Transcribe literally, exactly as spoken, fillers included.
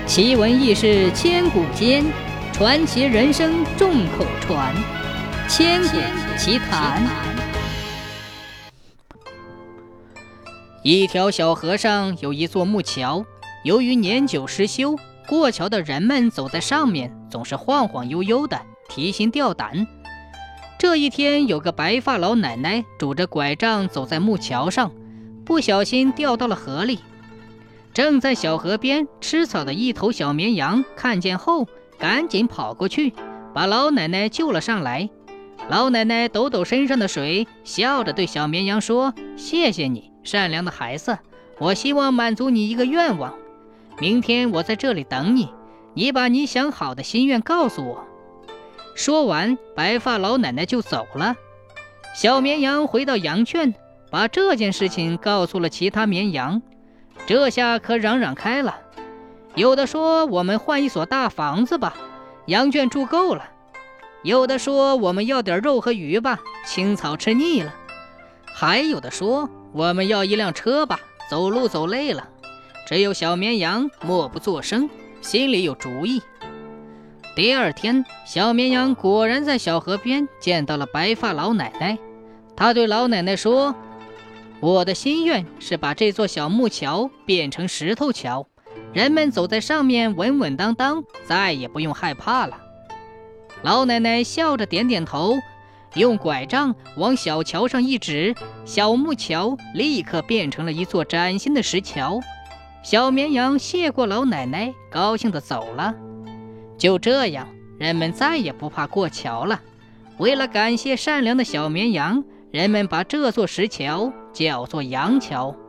奇闻异事千古间，传奇人生众口传。千古奇谈。一条小河上有一座木桥，由于年久失修，过桥的人们走在上面总是晃晃悠悠的，提心吊胆。这一天，有个白发老奶奶拄着拐杖走在木桥上，不小心掉到了河里。正在小河边吃草的一头小绵羊看见后，赶紧跑过去，把老奶奶救了上来。老奶奶抖抖身上的水，笑着对小绵羊说：“谢谢你，善良的孩子，我希望满足你一个愿望。明天我在这里等你，你把你想好的心愿告诉我。”说完，白发老奶奶就走了。小绵羊回到羊圈，把这件事情告诉了其他绵羊。这下可嚷嚷开了，有的说我们换一所大房子吧，羊圈住够了；有的说我们要点肉和鱼吧，青草吃腻了；还有的说我们要一辆车吧，走路走累了。只有小绵羊默不作声，心里有主意。第二天，小绵羊果然在小河边见到了白发老奶奶。他对老奶奶说：“我的心愿是把这座小木桥变成石头桥，人们走在上面稳稳当当，再也不用害怕了。”老奶奶笑着点点头，用拐杖往小桥上一指，小木桥立刻变成了一座崭新的石桥。小绵羊谢过老奶奶，高兴地走了。就这样，人们再也不怕过桥了。为了感谢善良的小绵羊，人们把这座石桥叫做羊桥。